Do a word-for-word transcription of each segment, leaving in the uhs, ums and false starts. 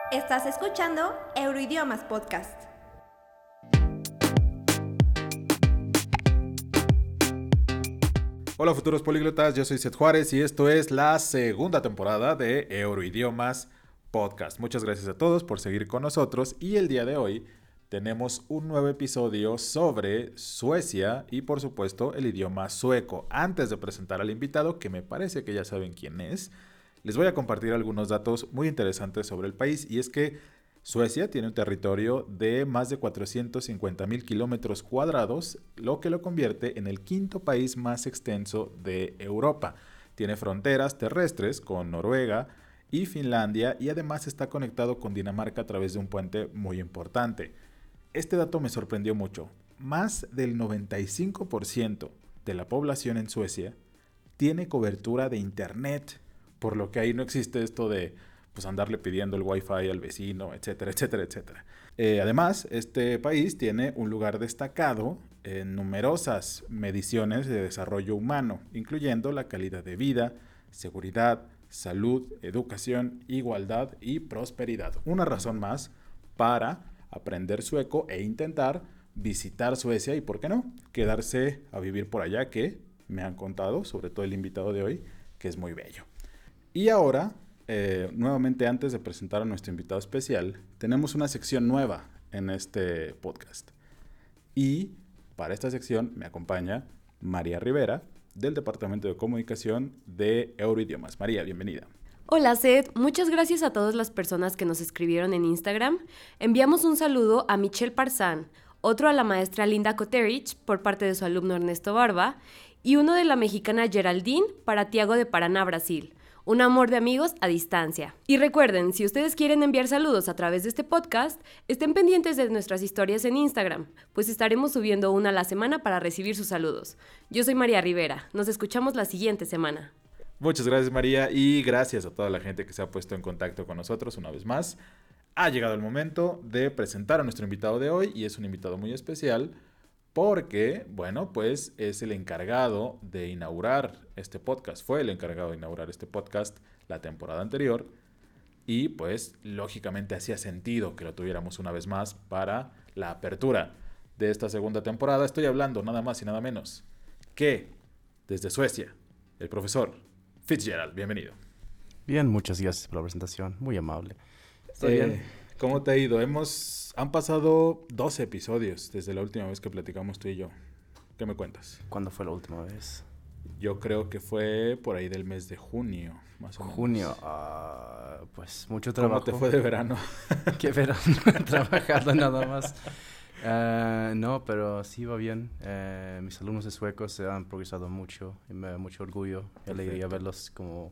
Estás escuchando Euroidiomas Podcast. Hola futuros políglotas, yo soy Seth Juárez y esto es la segunda temporada de Euroidiomas Podcast. Muchas gracias a todos por seguir con nosotros y el día de hoy tenemos un nuevo episodio sobre Suecia y por supuesto el idioma sueco. Antes de presentar al invitado, que me parece que ya saben quién es, les voy a compartir algunos datos muy interesantes sobre el país y es que Suecia tiene un territorio de más de cuatrocientos cincuenta mil kilómetros cuadrados, lo que lo convierte en el quinto país más extenso de Europa. Tiene fronteras terrestres con Noruega y Finlandia y además está conectado con Dinamarca a través de un puente muy importante. Este dato me sorprendió mucho. Más del noventa y cinco por ciento de la población en Suecia tiene cobertura de internet, por lo que ahí no existe esto de pues andarle pidiendo el wifi al vecino, etcétera, etcétera, etcétera. Eh, además, este país tiene un lugar destacado en numerosas mediciones de desarrollo humano, incluyendo la calidad de vida, seguridad, salud, educación, igualdad y prosperidad. Una razón más para aprender sueco e intentar visitar Suecia y, ¿por qué no?, quedarse a vivir por allá, que me han contado, sobre todo el invitado de hoy, que es muy bello. Y ahora, eh, nuevamente antes de presentar a nuestro invitado especial, tenemos una sección nueva en este podcast. Y para esta sección me acompaña María Rivera, del Departamento de Comunicación de Euroidiomas. María, bienvenida. Hola Seth, muchas gracias a todas las personas que nos escribieron en Instagram. Enviamos un saludo a Michelle Parzán, otro a la maestra Linda Koterich por parte de su alumno Ernesto Barba y uno de la mexicana Geraldine para Tiago de Paraná, Brasil. Un amor de amigos a distancia. Y recuerden, si ustedes quieren enviar saludos a través de este podcast, estén pendientes de nuestras historias en Instagram, pues estaremos subiendo una a la semana para recibir sus saludos. Yo soy María Rivera, nos escuchamos la siguiente semana. Muchas gracias, María, y gracias a toda la gente que se ha puesto en contacto con nosotros una vez más. Ha llegado el momento de presentar a nuestro invitado de hoy y es un invitado muy especial porque, bueno, pues es el encargado de inaugurar este podcast. Fue el encargado de inaugurar este podcast la temporada anterior y, pues, lógicamente hacía sentido que lo tuviéramos una vez más para la apertura de esta segunda temporada. Estoy hablando nada más y nada menos que desde Suecia, el profesor Fitzgerald. Bienvenido. Bien, muchas gracias por la presentación. Muy amable. ¿Está eh, bien? ¿Cómo te ha ido? Hemos... Han pasado doce episodios desde la última vez que platicamos tú y yo. ¿Qué me cuentas? ¿Cuándo fue la última vez? Yo creo que fue por ahí del mes de junio, más o menos. Junio, uh, pues mucho trabajo. ¿Cómo te fue de verano? ¿Qué verano? Trabajando nada más. Uh, no, pero sí va bien. Uh, mis alumnos de suecos se han progresado mucho y me da mucho orgullo y alegría verlos como...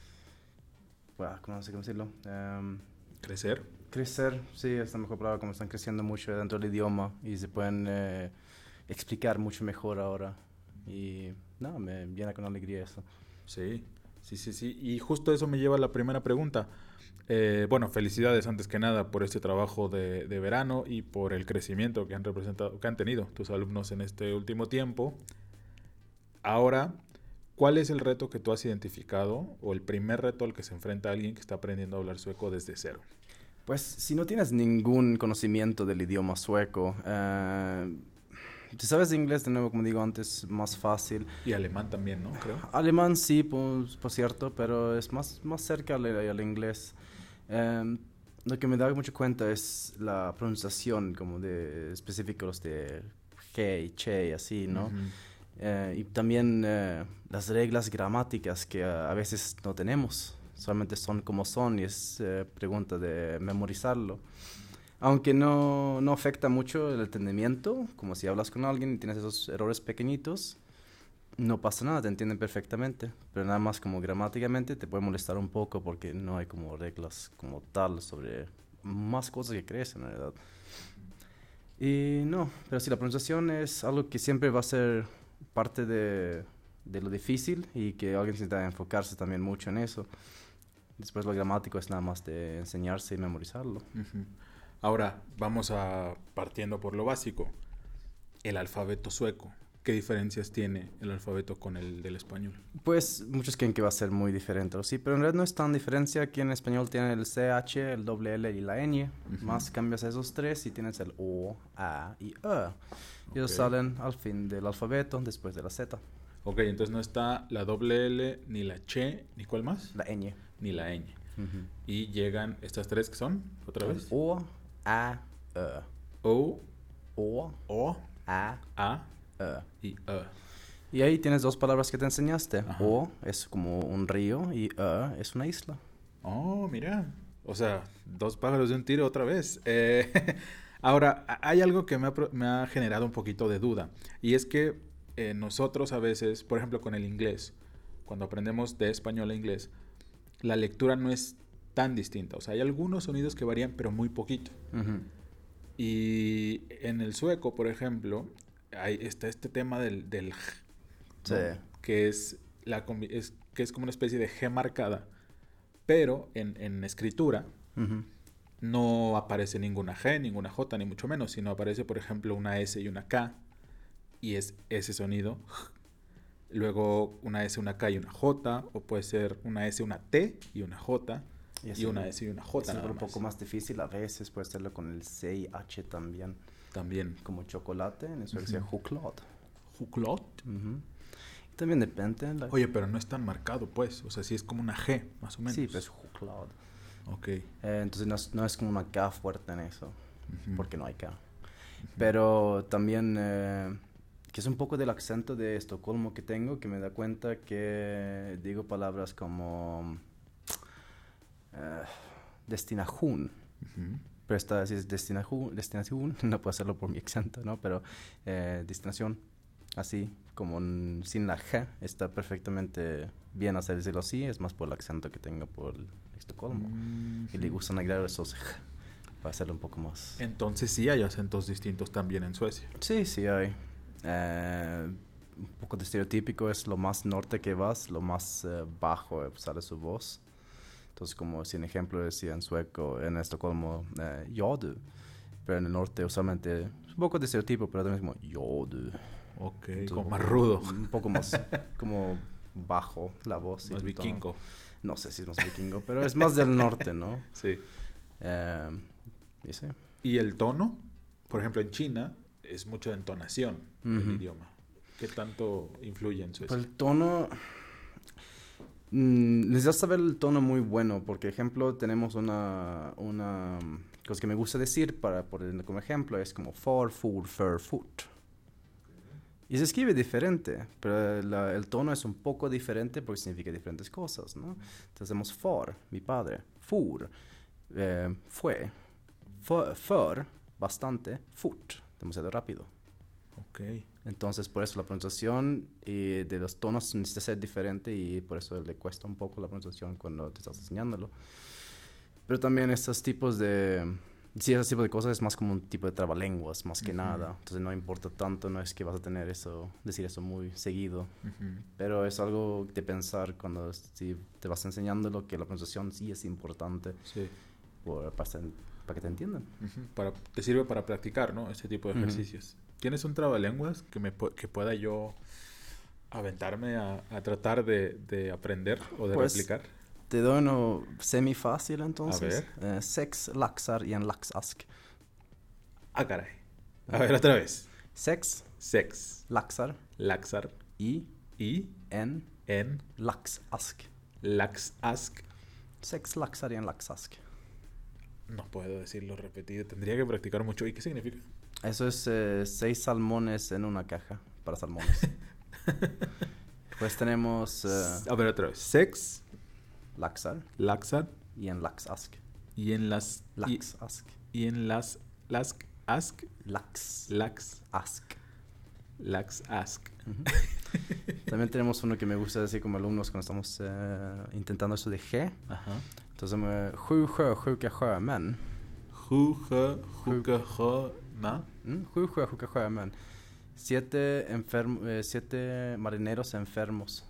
Well, ¿cómo sé cómo decirlo? Um, ¿Crecer? Crecer, sí, es la mejor palabra, como están creciendo mucho dentro del idioma y se pueden eh, explicar mucho mejor ahora. Y no, me llena con alegría eso. Sí, sí, sí, sí. Y justo eso me lleva a la primera pregunta. Eh, bueno, felicidades antes que nada por este trabajo de, de verano y por el crecimiento que han representado, que han tenido tus alumnos en este último tiempo. Ahora, ¿cuál es el reto que tú has identificado o el primer reto al que se enfrenta alguien que está aprendiendo a hablar sueco desde cero? Pues si no tienes ningún conocimiento del idioma sueco, uh, si sabes inglés, de nuevo, como digo antes, más fácil. Y alemán también, ¿no? Creo. Alemán sí, pues, por cierto, pero es más, más cerca al, al inglés. Um, lo que me da mucho cuenta es la pronunciación como de específicos de he, che, así, ¿no? Uh-huh. Uh, y también uh, las reglas gramáticas que uh, a veces no tenemos. Solamente son como son y es eh, pregunta de memorizarlo. Aunque no, no afecta mucho el entendimiento, como si hablas con alguien y tienes esos errores pequeñitos, no pasa nada, te entienden perfectamente. Pero nada más como gramáticamente te puede molestar un poco porque no hay como reglas como tal sobre más cosas que crees en realidad. Y no, pero sí, la pronunciación es algo que siempre va a ser parte de, de lo difícil y que alguien necesita enfocarse también mucho en eso. Después lo gramático es nada más de enseñarse y memorizarlo. Uh-huh. Ahora, vamos a partiendo por lo básico. El alfabeto sueco. ¿qué diferencias tiene el alfabeto con el del español? Pues muchos creen que va a ser muy diferente, ¿o sí? Pero en realidad no es tan diferencia. Aquí en español tiene el C H, el doble L y la ñ. Ujú. Más cambias esos tres y tienes el O, A y E. Y ellos Ok. salen al fin del alfabeto, después de la Z. Ok, entonces no está la doble L, ni la Ch, ni cuál más, La ñ. ni la ñ. Ujú. Y llegan estas tres que son, otra El vez. O, A, E. O, O, O, A, A E. y E. Y ahí tienes dos palabras que te enseñaste. Ajá. O es como un río y E es una isla. Oh, mira. O sea, dos pájaros de un tiro otra vez. Eh, ahora, a- hay algo que me ha, pro- me ha generado un poquito de duda. Y es que eh, nosotros a veces, por ejemplo, con el inglés, cuando aprendemos de español a inglés, la lectura no es tan distinta. O sea, hay algunos sonidos que varían, pero muy poquito. Ujú. Y en el sueco, por ejemplo, hay, está este tema del, del G, ¿no? Sí. Que es, la, combi- es, que es como una especie de G marcada, pero en, en escritura Ujú. no aparece ninguna G, ninguna J, ni mucho menos, sino aparece, por ejemplo, una S y una K, y es ese sonido. Luego una S, una K y una J, o puede ser una S, una T y una J, y, así- una S y una J es nada un más. poco más difícil a veces, puede hacerlo con el C y H también. También. Como chocolate, en eso se Ujú. chocolate. Juklot. Ujú. Y también depende. La... Oye, pero no es tan marcado, pues. O sea, sí es como una G, más o menos. Sí, pues chocolate. Ok. Eh, entonces no es, no es como una K fuerte en eso, Ujú. porque no hay K. Pero también, eh, que es un poco del acento de Estocolmo que tengo, que me da cuenta que digo palabras como eh, destinación. Ujú. Pero esta sí es destinación, destinación, no puedo hacerlo por mi acento, ¿no? Pero eh, destinación, así, como n- sin la G, está perfectamente bien hacer decirlo así, es más por el acento que tengo por Estocolmo. Mm, Y le gustan agregar esos G para hacerlo un poco más... Entonces sí hay acentos distintos también en Suecia. Sí, sí hay. Eh, un poco de estereotípico es lo más norte que vas, lo más eh, bajo eh, sale su voz. Entonces, como si en ejemplo decía en sueco, en Estocolmo, eh, ja du. Pero en el norte usualmente es un poco de estereotipo, pero también es como ja du. Ok, Entonces, como un más poco- rudo, Un poco más como bajo la voz. y más el tono. vikingo. No sé si es más vikingo, pero es más del norte, ¿no? Sí. Eh, y sí. Y el tono, por ejemplo, en China es mucho de entonación el Ujú. idioma. ¿Qué tanto influye en Suecia? Pues el tono... Mm, necesitas saber el tono muy bueno, porque ejemplo tenemos una, una mm, cosa que me gusta decir para poner como ejemplo, es como for, for, for, foot. Y se escribe diferente, pero la- el tono es un poco diferente porque significa diferentes cosas, ¿no? Entonces hacemos for, mi padre, fur, eh, fue, for, for, bastante, foot, demasiado rápido. Ok. Entonces, por eso la pronunciación eh, de los tonos necesita ser diferente y por eso le cuesta un poco la pronunciación cuando te estás enseñándolo. Pero también estos tipos de... Sí, ese tipo de cosas es más como un tipo de trabalenguas, más que Ujú. nada. Entonces no importa tanto, no es que vas a tener eso, decir eso muy seguido. Ujú. Pero es algo de pensar cuando si te vas enseñándolo, que la pronunciación sí es importante Sí. por- para, ser- para que te entiendan. Ujú. Para, te sirve para practicar, ¿no? Este tipo de Ujú. ejercicios. ¿Tienes un trabalenguas que, me, pu- que pueda yo aventarme a, a tratar de, de aprender o de Pues, replicar? Te doy uno semi fácil entonces. ver. Eh, sex laxar y en laxask. Ah, caray. A ver, otra vez. Sex Sex, laxar laxar y y en en laxask. laxask. Sex laxar y en laxask. No puedo decirlo repetido. Tendría que practicar mucho. ¿Y qué significa? Eso es eh, seis salmones en una caja para salmones. Pues tenemos eh, A ver, otra vez. Sex, laxar laxar y en laxask. y en las y, Laxask. y en las las ask Lax. lax Ask. lax ask. Ujú. También tenemos uno que me gusta decir como alumnos cuando estamos eh, intentando eso de G. Ajá. Entonces, eh, sju sjö, sjuka sjömän. Ju ja juka ja na. Mm, sju sjö, sjuka sjömän. Siete, enferm eh, siete marineros enfermos.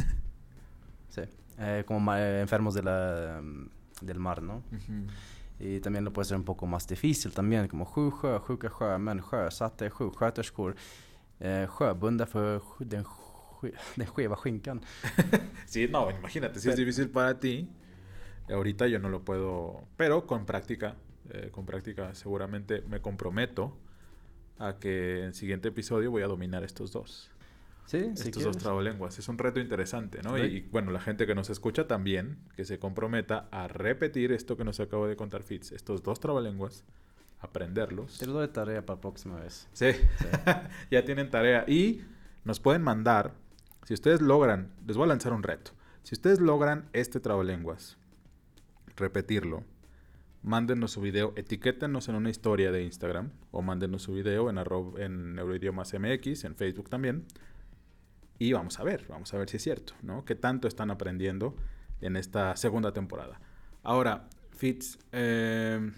Sí, eh, como ma- eh, enfermos de la, mm, del mar, ¿no? Ujú. Y también lo puede ser un poco más difícil también, como sju sjö, sjuka sjömän, sjösatte, sju sköterskor. Eh, sjöbunda för sk- den, sk- den skeva skinkan. Sí, no, imagínate, si es difícil para ti, ahorita yo no lo puedo, pero con práctica, eh, con práctica seguramente me comprometo a que en el siguiente episodio voy a dominar estos dos. Sí, si Estos dos quieres. trabalenguas. Es un reto interesante, ¿no? Y, Right. y, bueno, la gente que nos escucha también, que se comprometa a repetir esto que nos acabo de contar Fitz, estos dos trabalenguas, aprenderlos. Te lo doy de tarea para la próxima vez. Sí, Sí. ya tienen tarea. Y nos pueden mandar, si ustedes logran, les voy a lanzar un reto. Si ustedes logran este trabalenguas, repetirlo, mándenos su video, etiquétenos en una historia de Instagram o mándenos su video en, arrob, en Euroidiomas M X, en Facebook también. Y vamos a ver, vamos a ver si es cierto, ¿no? ¿Qué tanto están aprendiendo en esta segunda temporada? Ahora, Fitz, eh,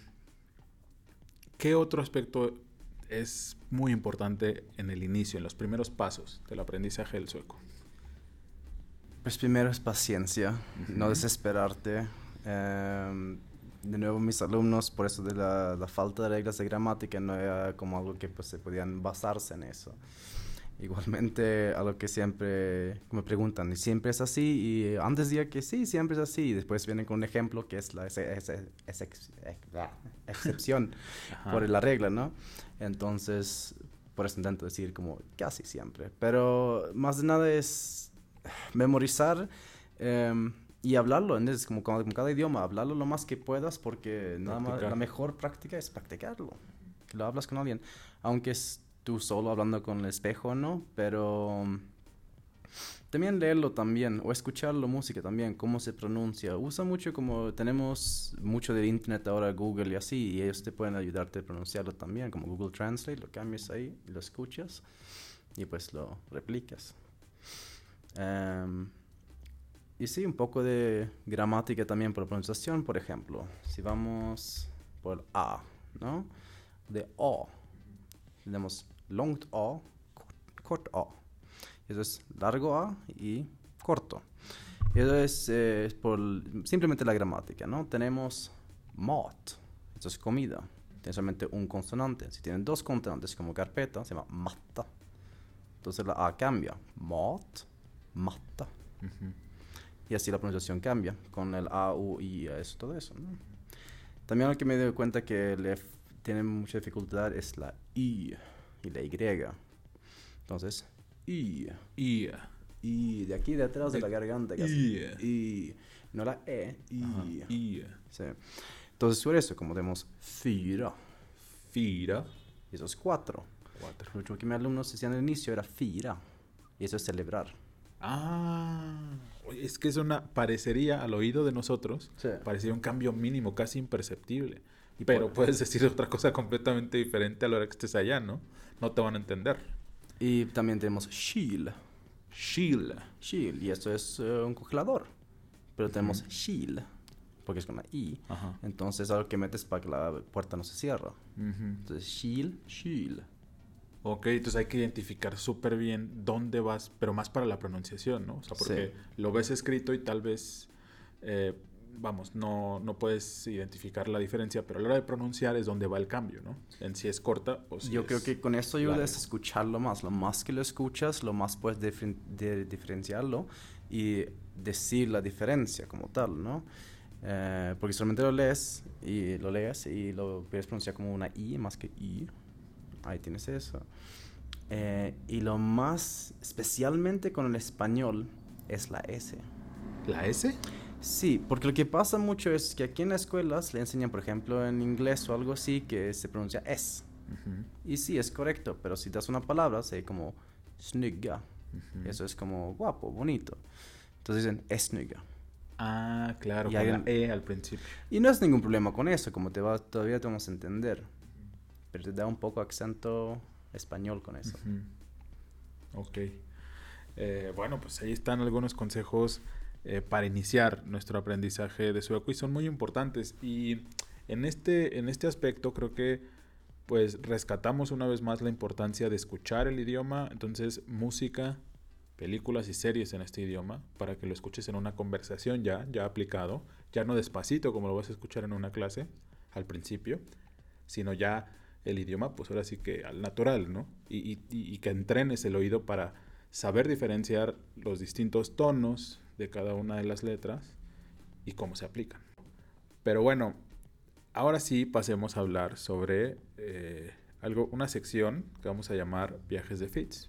¿qué otro aspecto es muy importante en el inicio, en los primeros pasos del aprendizaje del sueco? Pues primero es paciencia, Ujú. no desesperarte. Em, de nuevo, mis alumnos, por eso de la, la falta de reglas de gramática, no era como algo que pues, se podían basarse en eso. Igualmente, algo que siempre me preguntan, ¿y siempre es así? Y antes decía que sí, siempre es así. Y después vienen con un ejemplo que es la ese- ese- ese ex- ex- ah, excepción Ajá. por la regla, ¿no? Entonces, por eso intento decir como casi siempre. Pero más de nada es memorizar em, y hablarlo. ¿Entiendes? Como, como cada idioma, hablarlo lo más que puedas porque nada más, Practicar. la mejor práctica es practicarlo. Que lo hablas con alguien. Aunque es tú solo hablando con el espejo, ¿no? Pero um, también leerlo también o escucharlo música también, cómo se pronuncia. Usa mucho como tenemos mucho de internet ahora, Google y así, y ellos te pueden ayudarte a pronunciarlo también, como Google Translate, lo cambias ahí y lo escuchas y pues lo replicas. Em, y sí, un poco de gramática también por pronunciación, por ejemplo. Si vamos por el A, ¿no? De O. Tenemos långt A, kort, kort A. Eso es largo A y corto. Eso es eh, por simplemente la gramática, ¿no? Tenemos mat, eso es comida. Tiene solamente un consonante. Si tienen dos consonantes como carpeta, se llama matta. Entonces la A cambia. Mat, matta. Ujú. Y así la pronunciación cambia con el A, U, I, eso, todo eso, ¿no? También lo que me doy cuenta que le f- tiene mucha dificultad es la I y la Y. Entonces, I. Y, I, de aquí de atrás de la garganta. Casi. I. I. No la E. I. ajá, y, Sí. Entonces, sobre eso, como tenemos fyra. fyra, Y eso es cuatro. cuatro. Lo que mis alumnos decían al inicio era fyra. Y eso es celebrar. Ah, oye, es que es una, parecería al oído de nosotros, Sí. parecería un cambio mínimo, casi imperceptible. Y Pero por- puedes decir otra cosa completamente diferente a la hora que estés allá, ¿no? No te van a entender. Y también tenemos kyl. Shield. Kyl. Y esto es eh, un congelador. Pero tenemos kyl. Porque es con la I. Ajá. Entonces, algo que metes para que la puerta no se cierre. Ujú. Entonces, kyl, kyl. Ok, entonces hay que identificar súper bien dónde vas, pero más para la pronunciación, ¿no? O sea, porque Sí. lo ves escrito y tal vez, eh, vamos, no, no puedes identificar la diferencia, pero a la hora de pronunciar es donde va el cambio, ¿no? En si es corta o si Yo es creo que con esto ayuda larga. es escucharlo más. Lo más que lo escuchas, lo más puedes diferen- de- diferenciarlo y decir la diferencia como tal, ¿no? Eh, porque solamente lo lees y lo lees y lo puedes pronunciar como una I más que I. Ahí tienes eso. Eh, y lo más, especialmente con el español, es la S. ¿La S? Sí, porque lo que pasa mucho es que aquí en las escuelas le enseñan, por ejemplo, en inglés o algo así, que se pronuncia S. Ujú, Y sí, es correcto, pero si das una palabra, se como snygga. ujú. Eso es como guapo, bonito. Entonces dicen es snygga. Ah, claro, Y con hay la un- E al principio. Y no es ningún problema con eso, como te va, todavía te vamos a entender. Pero te da un poco acento español con eso. Ujú. Ok. Eh, bueno, pues ahí están algunos consejos eh, para iniciar nuestro aprendizaje de sueco y son muy importantes. Y en este, en este aspecto creo que pues rescatamos una vez más la importancia de escuchar el idioma. Entonces, música, películas y series en este idioma para que lo escuches en una conversación ya, ya aplicado. Ya no despacito como lo vas a escuchar en una clase al principio, sino ya el idioma, pues ahora sí que al natural, ¿no? Y, y, y que entrenes el oído para saber diferenciar los distintos tonos de cada una de las letras y cómo se aplican. Pero bueno, ahora sí pasemos a hablar sobre eh, algo, una sección que vamos a llamar Viajes de Fitz.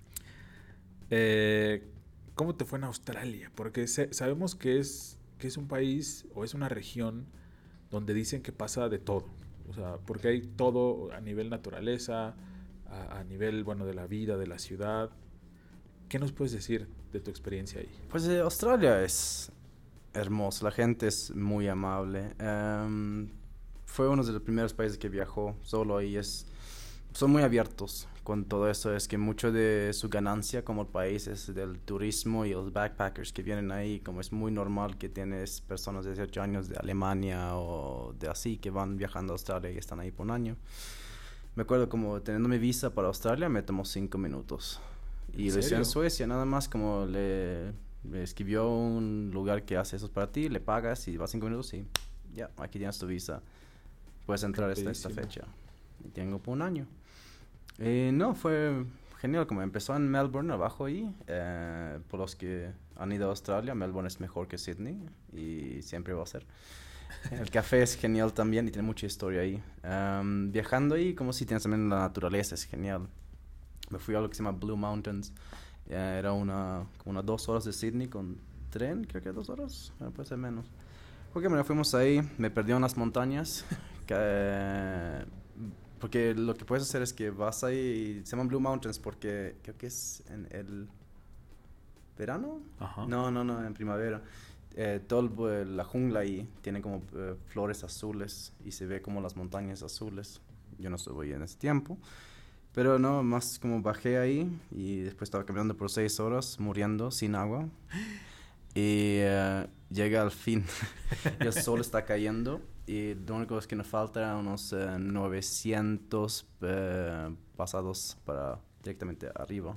Eh, ¿Cómo te fue en Australia? Porque se, sabemos que es, que es un país o es una región donde dicen que pasa de todo. O sea, porque hay todo a nivel naturaleza, a, a nivel, bueno, de la vida, de la ciudad. ¿Qué nos puedes decir de tu experiencia ahí? Pues eh, Australia es hermoso, la gente es muy amable. Um, fue uno de los primeros países que viajó solo y es, son muy abiertos con todo eso. Es que mucho de su ganancia como país es del turismo y los backpackers que vienen ahí. Como es muy normal que tienes personas de dieciocho años de Alemania o de así que van viajando a Australia y están ahí por un año. Me acuerdo como teniendo mi visa para Australia me tomó cinco minutos. Y lo hice en Suecia, nada más como le, le escribió un lugar que hace eso para ti, le pagas y vas cinco minutos y ya, aquí tienes tu visa. Puedes entrar esta, esta fecha. Y tengo por un año. Eh, no, fue genial, como empezó en Melbourne, abajo ahí. Eh, por los que han ido a Australia, Melbourne es mejor que Sydney y siempre va a ser. El café es genial también y tiene mucha historia ahí. Um, viajando ahí, como si tienes también la naturaleza, es genial. Me fui a lo que se llama Blue Mountains. Uh, era una, como unas dos horas de Sydney con tren, creo que dos horas, uh, puede ser menos. Porque bueno, fuimos ahí, me perdí en las montañas. que, uh, porque lo que puedes hacer es que vas ahí, se llaman Blue Mountains porque creo que es en el verano. Ajá. No, no, no, en primavera. Eh, todo el, la jungla ahí tiene como uh, flores azules y se ve como las montañas azules. Yo no estuve ahí en ese tiempo. Pero no, más como bajé ahí y después estaba caminando por seis horas, muriendo, sin agua. Y uh, llega al fin, el sol está cayendo y lo único que nos falta eran unos uh, novecientos uh, pasados para directamente arriba.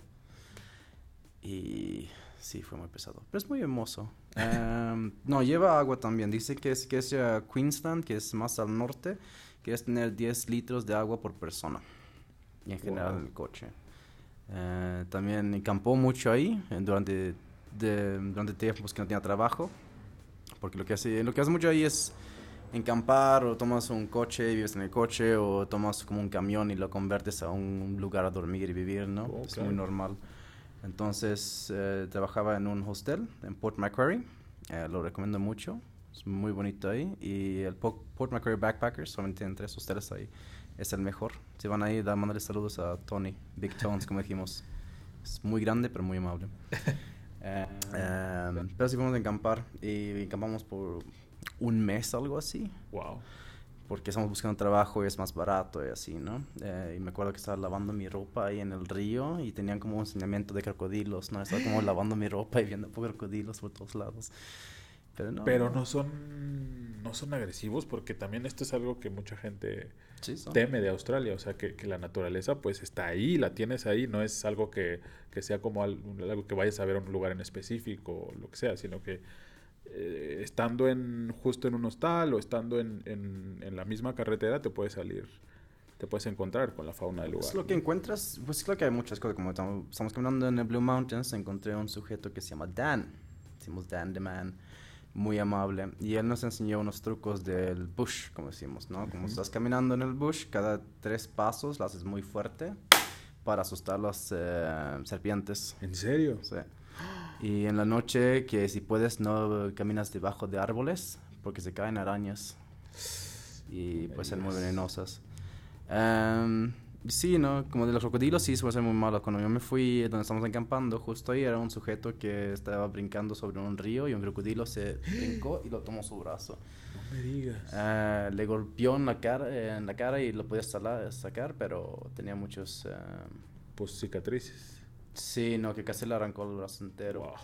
Y sí, fue muy pesado, pero es muy hermoso. Um, no, lleva agua también. Dice que es, que es uh, Queensland, que es más al norte, que es tener diez litros de agua por persona. Y en general wow. El coche. Uh, también campó mucho ahí durante, de, durante tiempos que no tenía trabajo. Porque lo que hace, lo que hace mucho ahí es encampar o tomas un coche y vives en el coche o tomas como un camión y lo convertes a un lugar a dormir y vivir, ¿no? Okay. Es muy normal. Entonces uh, trabajaba en un hostel en Port Macquarie. Uh, lo recomiendo mucho. Es muy bonito ahí. Y el po- Port Macquarie Backpackers, solamente tienen tres hosteles ahí. Es el mejor. Si van ahí, da, mándale saludos a Tony, Big Tones, como dijimos. Es muy grande, pero muy amable. uh, um, pero sí fuimos a encampar y encampamos por un mes, algo así. Wow. Porque estamos buscando trabajo y es más barato y así, ¿no? Uh, y me acuerdo que estaba lavando mi ropa ahí en el río y tenían como un enseñamiento de crocodilos, ¿no? Estaba como lavando mi ropa y viendo por crocodilos por todos lados. Pero no, pero no son no son agresivos porque también esto es algo que mucha gente sí, teme de Australia, o sea que, que la naturaleza pues está ahí, la tienes ahí, no es algo que, que sea como algo, algo que vayas a ver a un lugar en específico o lo que sea, sino que eh, estando en justo en un hostal o estando en, en, en la misma carretera te puedes salir, te puedes encontrar con la fauna del lugar. Pues lo que encuentras, pues creo que hay muchas cosas, como estamos, estamos caminando en el Blue Mountains, encontré un sujeto que se llama Dan, decimos Dan the Man, muy amable, y él nos enseñó unos trucos del bush, como decimos, ¿no? Como uh-huh. Estás caminando en el bush, cada tres pasos lo haces muy fuerte para asustar a las eh, serpientes. ¿En serio? Sí. Y en la noche, que si puedes, no caminas debajo de árboles, porque se caen arañas y pueden ser muy venenosas. Um, sí, ¿no? Como de los crocodilos, sí, suele ser muy malo. Cuando yo me fui donde estamos acampando, justo ahí era un sujeto que estaba brincando sobre un río y un crocodilo se brincó y lo tomó su brazo. No me digas. Uh, le golpeó en la cara, en la cara y lo podía sala- sacar, pero tenía muchos... Uh, pues cicatrices. Sí, no, que casi le arrancó el brazo entero. Wow.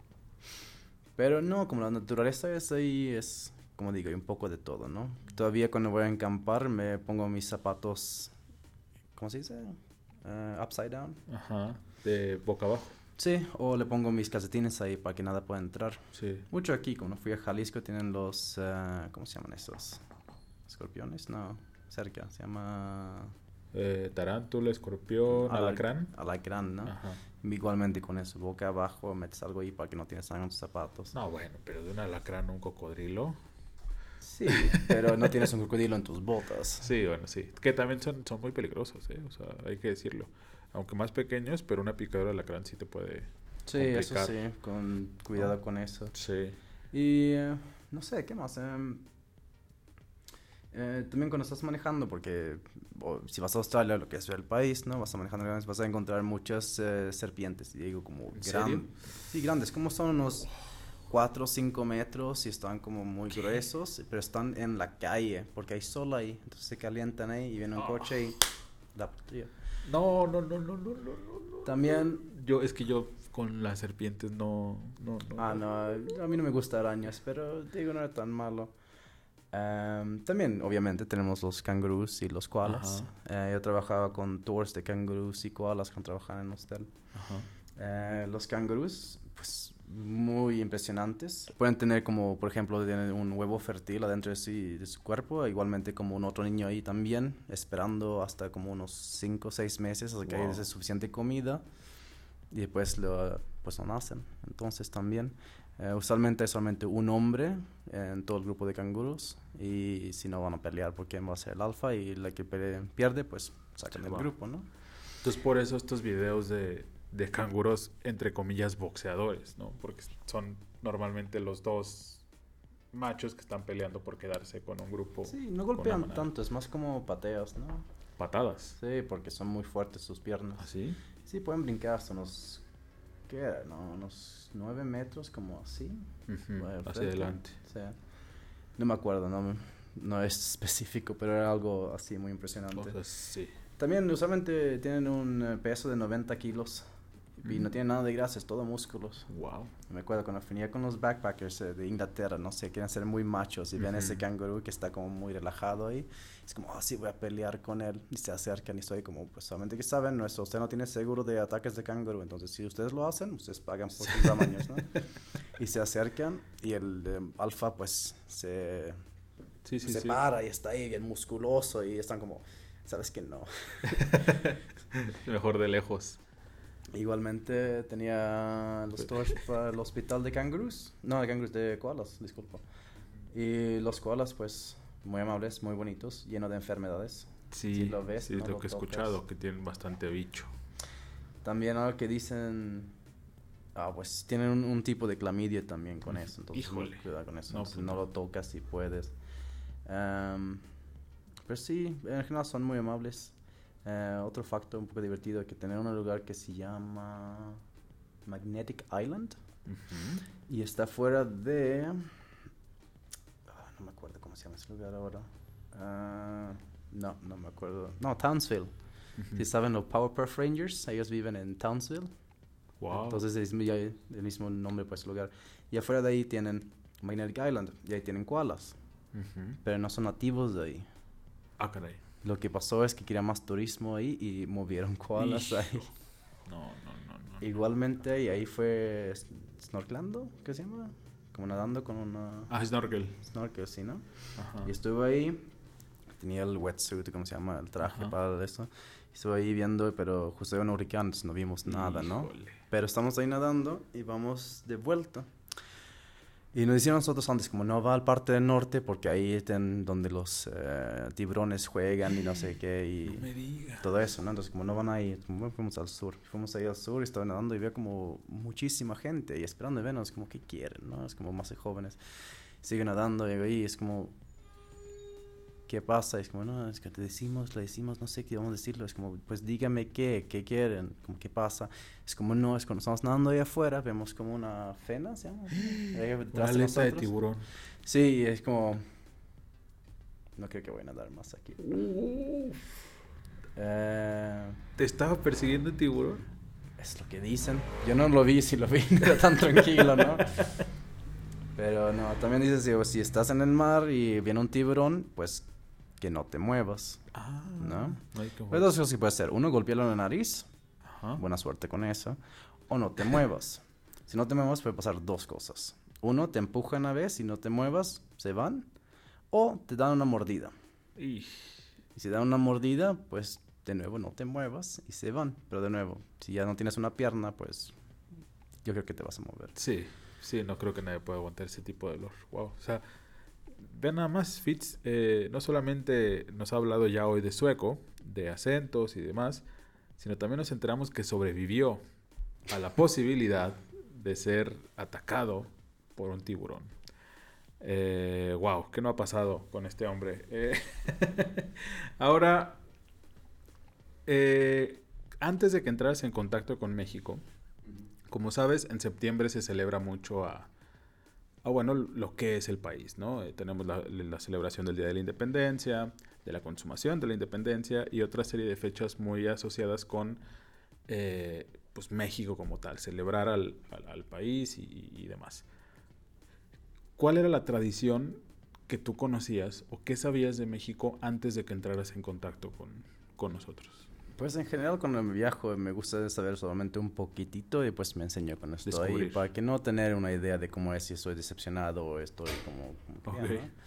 Pero no, como la naturaleza es ahí, es, como digo, hay un poco de todo, ¿no? Todavía cuando voy a acampar me pongo mis zapatos... ¿Cómo se dice? Uh, upside down. Ajá, de boca abajo. Sí, o le pongo mis calcetines ahí para que nada pueda entrar. Sí. Mucho aquí, como fui a Jalisco, tienen los... Uh, ¿Cómo se llaman esos? ¿Escorpiones? No. cerca. Se llama... Eh, tarántula, escorpión, Ala- alacrán. Alacrán, ¿no? Ajá. Igualmente con eso, boca abajo, metes algo ahí para que no tienes sangre en tus zapatos. No, bueno, pero de un alacrán a un cocodrilo. Sí, pero no tienes un crocodilo en tus botas. Sí, bueno, sí. Que también son, son muy peligrosos, ¿eh? O sea, hay que decirlo. Aunque más pequeños, pero una picadura de alacrán sí te puede Sí, complicar. eso sí, con cuidado con eso. Sí. Y eh, no sé, ¿qué más? Em, eh, también cuando estás manejando, porque o, si vas a Australia, lo que es el país, ¿no? Vas a manejando, vas a encontrar muchas eh, serpientes, y digo, como ¿En gran- serio? Sí, grandes, como son unos cuatro o cinco metros y están como muy gruesos, pero están en la calle, porque hay sol ahí, entonces se calientan ahí y viene un coche y da por trío. No, no, no, no, no, no, no, no. También, Yo, es que yo con las serpientes no, no, no. ah, no, a mí no me gustan arañas, pero digo, no era tan malo. Em, también, obviamente, tenemos los cangurús y los koalas. Eh, yo trabajaba con tours de cangurús y koalas cuando trabajaba en hostel. Ajá. Eh, los cangurús, pues, muy impresionantes. Pueden tener como, por ejemplo, tienen un huevo fértil adentro de su, de su cuerpo, igualmente como un otro niño ahí también, esperando hasta como unos cinco o seis meses hasta que Wow. haya suficiente comida y después lo, pues lo nacen. Entonces también, eh, usualmente es solamente un hombre en todo el grupo de canguros y si no van a pelear porque va a ser el alfa y la que pe- pierde, pues sacan del Wow. grupo, ¿no? Entonces por eso estos videos de, de canguros, entre comillas, boxeadores, ¿no? Porque son normalmente los dos machos que están peleando por quedarse con un grupo. Sí, no con golpean una manada. tanto, es más como pateas, ¿no? Patadas. Sí, porque son muy fuertes sus piernas. ¿Así? Sí, pueden brincar hasta unos, ¿qué era? No, unos nueve metros, como así. Ujú, Bueno, hacia frente. adelante. Sí. No me acuerdo, no, me- no es específico, pero era algo así muy impresionante. O sea, sí. También usualmente tienen un eh, peso de noventa kilos y Mm. no tienen nada de grasa, es todo músculos. Wow. Me acuerdo cuando venía con los backpackers eh, de Inglaterra, no sé, quieren ser muy machos y ven Ujú. ese canguro que está como muy relajado ahí. Es como, oh, sí, voy a pelear con él. Y se acercan y estoy como, pues solamente que saben, nuestro usted no tiene seguro de ataques de canguro. Entonces, si ustedes lo hacen, ustedes pagan por sus tamaños, ¿no? Y se acercan y el eh, alfa, pues, se, Sí, sí, se sí. para y está ahí bien musculoso y están como, sabes que no. Mejor de lejos. Igualmente tenía los tours para el hospital de canguros. No, de canguros, de koalas, disculpa. Y los koalas, pues, muy amables, muy bonitos, llenos de enfermedades. Sí, Si lo ves, sí, no es lo lo que he tocas. escuchado, que tienen bastante bicho. También algo que dicen, ah, pues tienen un, un tipo de clamidia también con eso. Entonces, Híjole. cuidado con eso. No, Entonces, pues no no. lo tocas si puedes. Em, pero sí, en general son muy amables. Eh, otro facto un poco divertido es que tienen un lugar que se llama Magnetic Island. Ujú. Y está fuera de... ah, no me acuerdo cómo se llama ese lugar ahora. Ah, no, no me acuerdo. No, Townsville. Ujú. Si saben los Powerpuff Rangers, ellos viven en Townsville. Wow. Entonces es mi- el mismo nombre para ese lugar. Y afuera de ahí tienen Magnetic Island. Y ahí tienen koalas. Ujú. Pero no son nativos de ahí. Ah, caray. Lo que pasó es que quería más turismo ahí y movieron koalas Hijo. ahí. No, no, no, no. Igualmente, y ahí fue s- snorkelando, ¿qué se llama? Como nadando con una Ah, snorkel. snorkel, ¿sí, no? Ajá. Y estuve ahí, tenía el wetsuit, ¿cómo se llama? El traje Ajá. para eso. Estuve ahí viendo, pero justo había un huracán, entonces no vimos nada, ¿no? Híjole. Pero estamos ahí nadando y vamos de vuelta. Y nos decían nosotros antes, como no va al parte del norte, porque ahí es en donde los eh, tiburones juegan y no sé qué, No me y digas. todo eso, ¿no? Entonces, como no van ahí, como, bueno, fuimos al sur. Fuimos ahí al sur y estaba nadando y había como muchísima gente y esperando de vernos, como, ¿qué quieren, no? Es como más de jóvenes. Siguen nadando y ahí es como, ¿qué pasa? Es como, no, es que te decimos, le decimos, no sé qué vamos a decirlo. Es como, pues dígame qué, qué quieren, como, ¿qué pasa? Es como, no, es cuando estamos nadando ahí afuera, vemos como una fena, ¿se llama? Ahí Una detrás de aleta de nosotros. tiburón. Sí, es como, no creo que voy a nadar más aquí. Eh, ¿Te estaba persiguiendo un tiburón? es lo que dicen. Yo no lo vi, si lo vi, era tan tranquilo, ¿no? Pero no, también dices, si, si estás en el mar y viene un tiburón, pues que no te muevas. Ah, ¿No? no hay que Hay dos cosas que puedes hacer. Uno, golpearlo en la nariz. Ajá. Buena suerte con eso. O no te muevas. Si no te muevas, puede pasar dos cosas. Uno, te empujan a vez y no te muevas, se van. O te dan una mordida. Y Y si da una mordida, pues de nuevo no te muevas y se van. Pero de nuevo, si ya no tienes una pierna, pues yo creo que te vas a mover. Sí, sí, no creo que nadie pueda aguantar ese tipo de dolor. Wow, o sea, vean nada más, Fitz, eh, no solamente nos ha hablado ya hoy de sueco, de acentos y demás, sino también nos enteramos que sobrevivió a la posibilidad de ser atacado por un tiburón. Eh, wow, ¿qué no ha pasado con este hombre? Eh, ahora, eh, antes de que entraras en contacto con México, como sabes, en septiembre se celebra mucho a, a bueno, lo que es el país, ¿no? Eh, tenemos la, la celebración del Día de la Independencia, de la consumación de la independencia y otra serie de fechas muy asociadas con eh, pues México como tal, celebrar al, al, al país y, y demás. ¿Cuál era la tradición que tú conocías o qué sabías de México antes de que entraras en contacto con, con nosotros? Pues en general cuando me viajo me gusta saber solamente un poquitito y pues me enseño con esto Descubrir. ahí para que no tener una idea de cómo es, si estoy decepcionado o estoy como... como que Ok. ya, ¿no?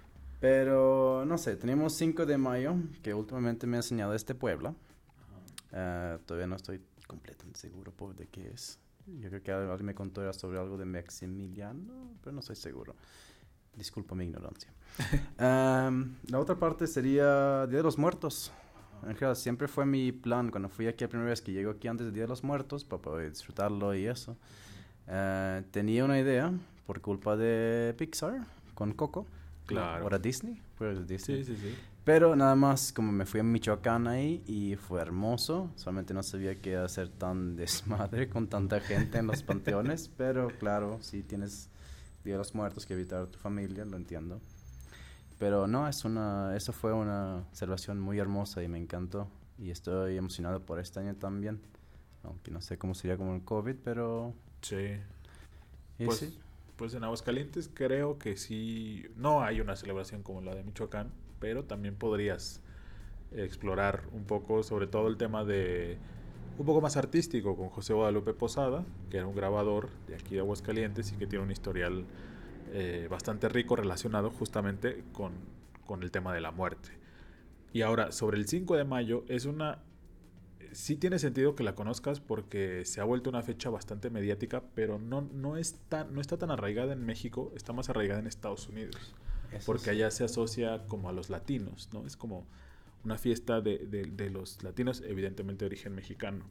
Pero no sé, teníamos cinco de mayo que últimamente me ha enseñado este Puebla. Uh, todavía no estoy completamente seguro por de qué es. Yo creo que alguien me contó era sobre algo de Maximiliano, pero no estoy seguro. Disculpa mi ignorancia. um, la otra parte sería Día de los Muertos. En general, siempre fue mi plan cuando fui aquí la primera vez que llego aquí antes del Día de los Muertos para poder disfrutarlo y eso. Uh, tenía una idea por culpa de Pixar con Coco. Claro. ¿O era Disney? Fue Disney. Sí, sí, sí. Pero nada más, como me fui a Michoacán ahí y fue hermoso. Solamente no sabía que iba a ser tan desmadre con tanta gente en los panteones. Pero claro, si tienes Día de los Muertos que evitar a tu familia, lo entiendo. Pero no, es una, eso fue una celebración muy hermosa y me encantó. Y estoy emocionado por este año también. Aunque no sé cómo sería como el COVID, pero... Sí. ¿Y Pues, sí? pues en Aguascalientes creo que sí, no hay una celebración como la de Michoacán, pero también podrías explorar un poco sobre todo el tema de un poco más artístico con José Guadalupe Posada, que era un grabador de aquí de Aguascalientes y que tiene un historial eh, bastante rico relacionado justamente con, con el tema de la muerte. Y ahora, sobre el cinco de mayo, es una... Sí tiene sentido que la conozcas porque se ha vuelto una fecha bastante mediática, pero no, no, es tan, no está tan arraigada en México, está más arraigada en Estados Unidos. Eso Porque sí. allá se asocia como a los latinos, ¿no? Es como una fiesta de, de, de los latinos, evidentemente de origen mexicano.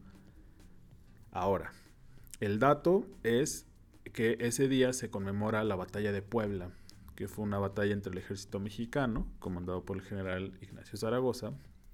Ahora, el dato es que ese día se conmemora la batalla de Puebla, que fue una batalla entre el ejército mexicano, comandado por el general Ignacio Zaragoza,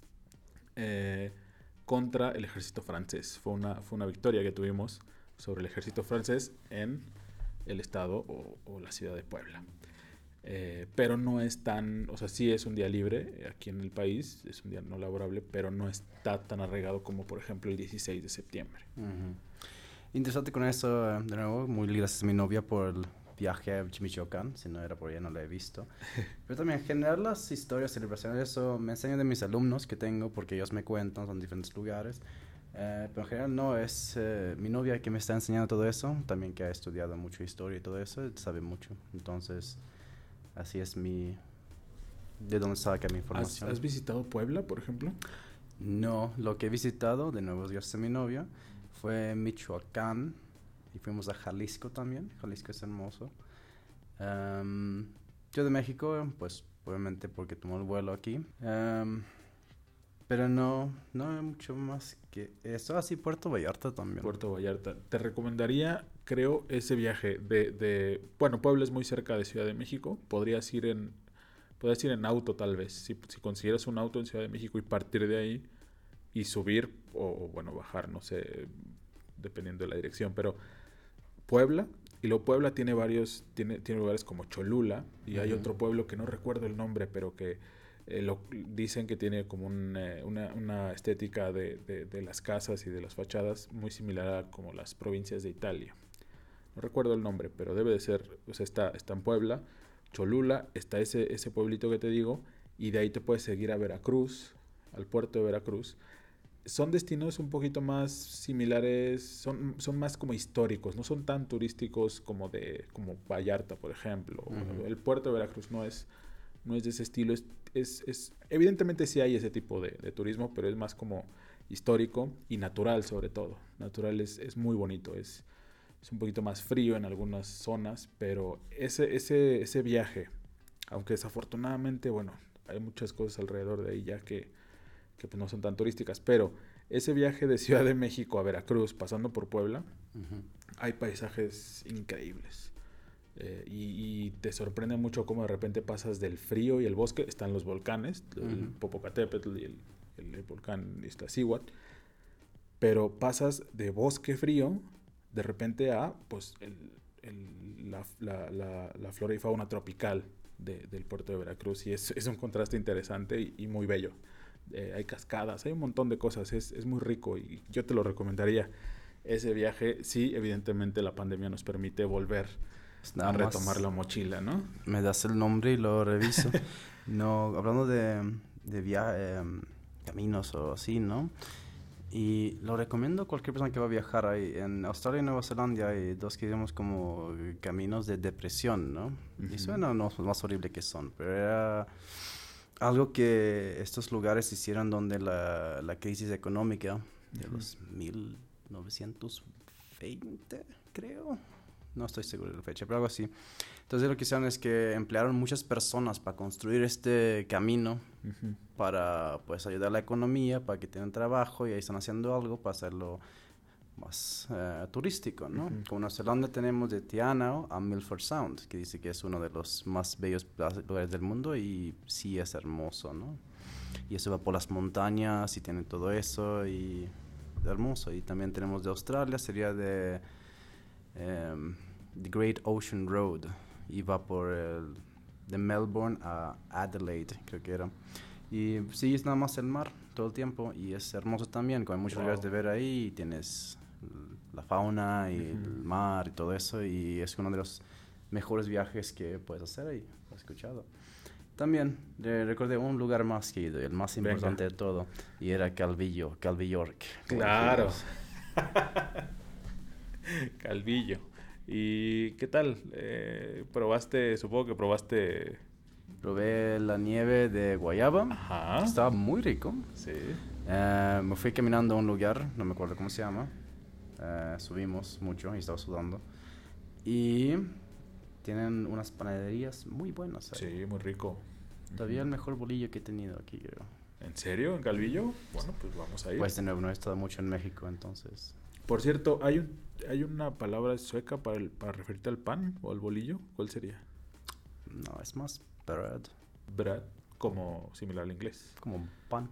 eh, contra el ejército francés. Fue una, fue una victoria que tuvimos sobre el ejército francés en el estado o, o la ciudad de Puebla. Eh, pero no es tan, o sea, sí es un día libre aquí en el país, es un día no laborable, pero no está tan arraigado como por ejemplo el dieciséis de septiembre. Uh-huh. Interesante con eso, eh, de nuevo, muy gracias a mi novia por el viaje a Michoacán, si no era por ella no la he visto. Pero también en general las historias, celebraciones, eso me enseño de mis alumnos que tengo porque ellos me cuentan, son diferentes lugares. Eh, pero en general no, es eh, mi novia que me está enseñando todo eso, también que ha estudiado mucho historia y todo eso, sabe mucho. Entonces, así es mi... ¿De dónde saca mi ¿Has, información? ¿Has visitado Puebla, por ejemplo? No, lo que he visitado, de nuevo gracias a mi novia, fue Michoacán y fuimos a Jalisco también. Jalisco es hermoso. Um, yo de México, pues obviamente porque tomó el vuelo aquí. Um, pero no, no hay mucho más que eso. Así Puerto Vallarta también. Puerto Vallarta. Te recomendaría, creo, ese viaje de, de... Bueno, Puebla es muy cerca de Ciudad de México. Podrías ir en... Podrías ir en auto tal vez. Si, si consiguieras un auto en Ciudad de México y partir de ahí y subir o, o bueno, bajar, no sé, dependiendo de la dirección. Pero Puebla, y luego Puebla tiene varios, tiene, tiene lugares como Cholula y uh-huh. hay otro pueblo que no recuerdo el nombre, pero que eh, lo, dicen que tiene como un, eh, una, una estética de, de, de las casas y de las fachadas muy similar a como las provincias de Italia. No recuerdo el nombre, pero debe de ser, o sea, está, está en Puebla, Cholula, está ese, ese pueblito que te digo, y de ahí te puedes seguir a Veracruz, al puerto de Veracruz. Son destinos un poquito más similares, son, son más como históricos, no son tan turísticos como de como Vallarta, por ejemplo. Uh-huh. El puerto de Veracruz no es, no es de ese estilo. Es, es, es, evidentemente sí hay ese tipo de, de turismo, pero es más como histórico y natural sobre todo. Natural es, es muy bonito, es, es un poquito más frío en algunas zonas, pero ese, ese, ese viaje, aunque desafortunadamente, bueno, hay muchas cosas alrededor de ahí ya que, que pues no son tan turísticas, pero ese viaje de Ciudad de México a Veracruz, pasando por Puebla, uh-huh. hay paisajes increíbles. Eh, y, y te sorprende mucho cómo de repente pasas del frío y el bosque, están los volcanes, uh-huh. el Popocatépetl y el, el, el volcán Iztaccíhuatl, pero pasas de bosque frío de repente a pues el, el, la, la, la, la flora y fauna tropical de, del puerto de Veracruz, y es, es un contraste interesante y, y muy bello. Eh, hay cascadas, hay un montón de cosas, es, es muy rico y yo te lo recomendaría. Ese viaje, sí, evidentemente la pandemia nos permite volver Nada a retomar la mochila, ¿no? Me das el nombre y lo reviso. No, hablando de, de viaje, eh, caminos o así, ¿no? Y lo recomiendo a cualquier persona que va a viajar ahí. En Australia y Nueva Zelanda hay dos que llamamos como caminos de depresión, ¿no? Uh-huh. Y suena no, más horrible que son, pero era algo que estos lugares hicieron donde la, la crisis económica de uh-huh. los mil novecientos veinte, creo. No estoy seguro de la fecha, pero algo así. Entonces lo que hicieron es que emplearon muchas personas para construir este camino uh-huh. para pues ayudar a la economía, para que tengan trabajo, y ahí están haciendo algo para hacerlo más uh, turístico, ¿no? Uh-huh. Como en Nueva Zelanda tenemos de Te Anau a Milford Sound, que dice que es uno de los más bellos lugares del mundo, y sí es hermoso, ¿no? Y eso va por las montañas y tiene todo eso y es hermoso. Y también tenemos de Australia, sería de um, The Great Ocean Road, y va por el, de Melbourne a Adelaide, creo que era. Y sí, es nada más el mar todo el tiempo, y es hermoso también, con muchos wow. lugares de ver ahí, y tienes la fauna y uh-huh. el mar y todo eso, y es uno de los mejores viajes que puedes hacer ahí, lo he escuchado. También eh, recordé un lugar más que he ido, el más importante Venga. de todo, y era Calvillo, Calvillork. Claro. Calvillo. ¿Y qué tal? Eh, ¿Probaste, supongo que probaste? Probé la nieve de guayaba. Ajá. Estaba muy rico. Sí. Uh, me fui caminando a un lugar, no me acuerdo cómo se llama. Uh, subimos mucho y estaba sudando. Y tienen unas panaderías muy buenas ahí. Sí, muy rico. Todavía uh-huh. el mejor bolillo que he tenido aquí, creo. ¿En serio? ¿En Calvillo? Bueno, pues vamos a ir. Pues de nuevo, no he estado mucho en México, entonces... Por cierto, ¿hay un hay una palabra sueca para el, para referirte al pan o al bolillo? ¿Cuál sería? No, es más bread. Bread, como similar al inglés. Como pan.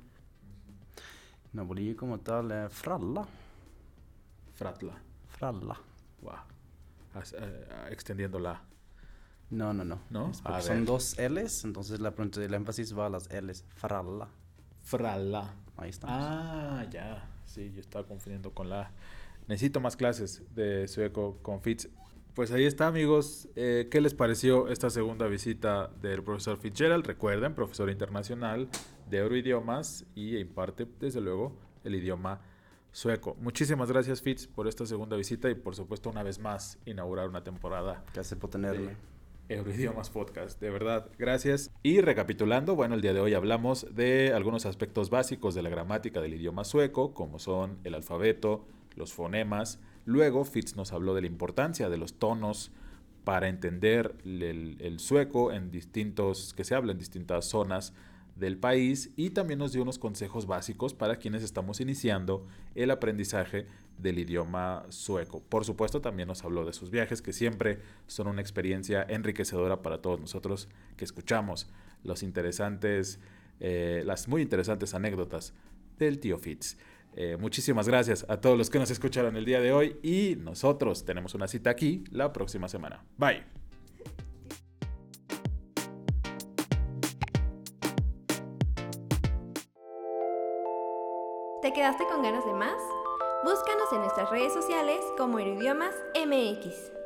No, bolillo como tal, eh, fralla. Fratla. Fralla. Wow. As, uh, extendiendo la. No, no, no. ¿No? Es porque son dos L's, entonces la el énfasis va a las L's. Fralla. Fralla. Ahí estamos. Ah, ya. Sí, yo estaba confundiendo con la... Necesito más clases de sueco con Fitz. Pues ahí está, amigos. Eh, ¿Qué les pareció esta segunda visita del profesor Fitzgerald? Recuerden, profesor internacional de Euroidiomas, y imparte, desde luego, el idioma sueco. Muchísimas gracias, Fitz, por esta segunda visita y, por supuesto, una vez más, inaugurar una temporada. Gracias por tenerme. Euroidiomas Podcast, de verdad, gracias. Y recapitulando, bueno, el día de hoy hablamos de algunos aspectos básicos de la gramática del idioma sueco, como son el alfabeto, los fonemas. Luego Fitz nos habló de la importancia de los tonos para entender el, el sueco en distintos, que se habla en distintas zonas del país, y también nos dio unos consejos básicos para quienes estamos iniciando el aprendizaje del idioma sueco. Por supuesto, también nos habló de sus viajes, que siempre son una experiencia enriquecedora para todos nosotros que escuchamos los interesantes, eh, las muy interesantes anécdotas del tío Fitz. Eh, muchísimas gracias a todos los que nos escucharon el día de hoy, y nosotros tenemos una cita aquí la próxima semana. Bye. ¿Te quedaste con ganas de más? Búscanos en nuestras redes sociales como Euroidiomas M X.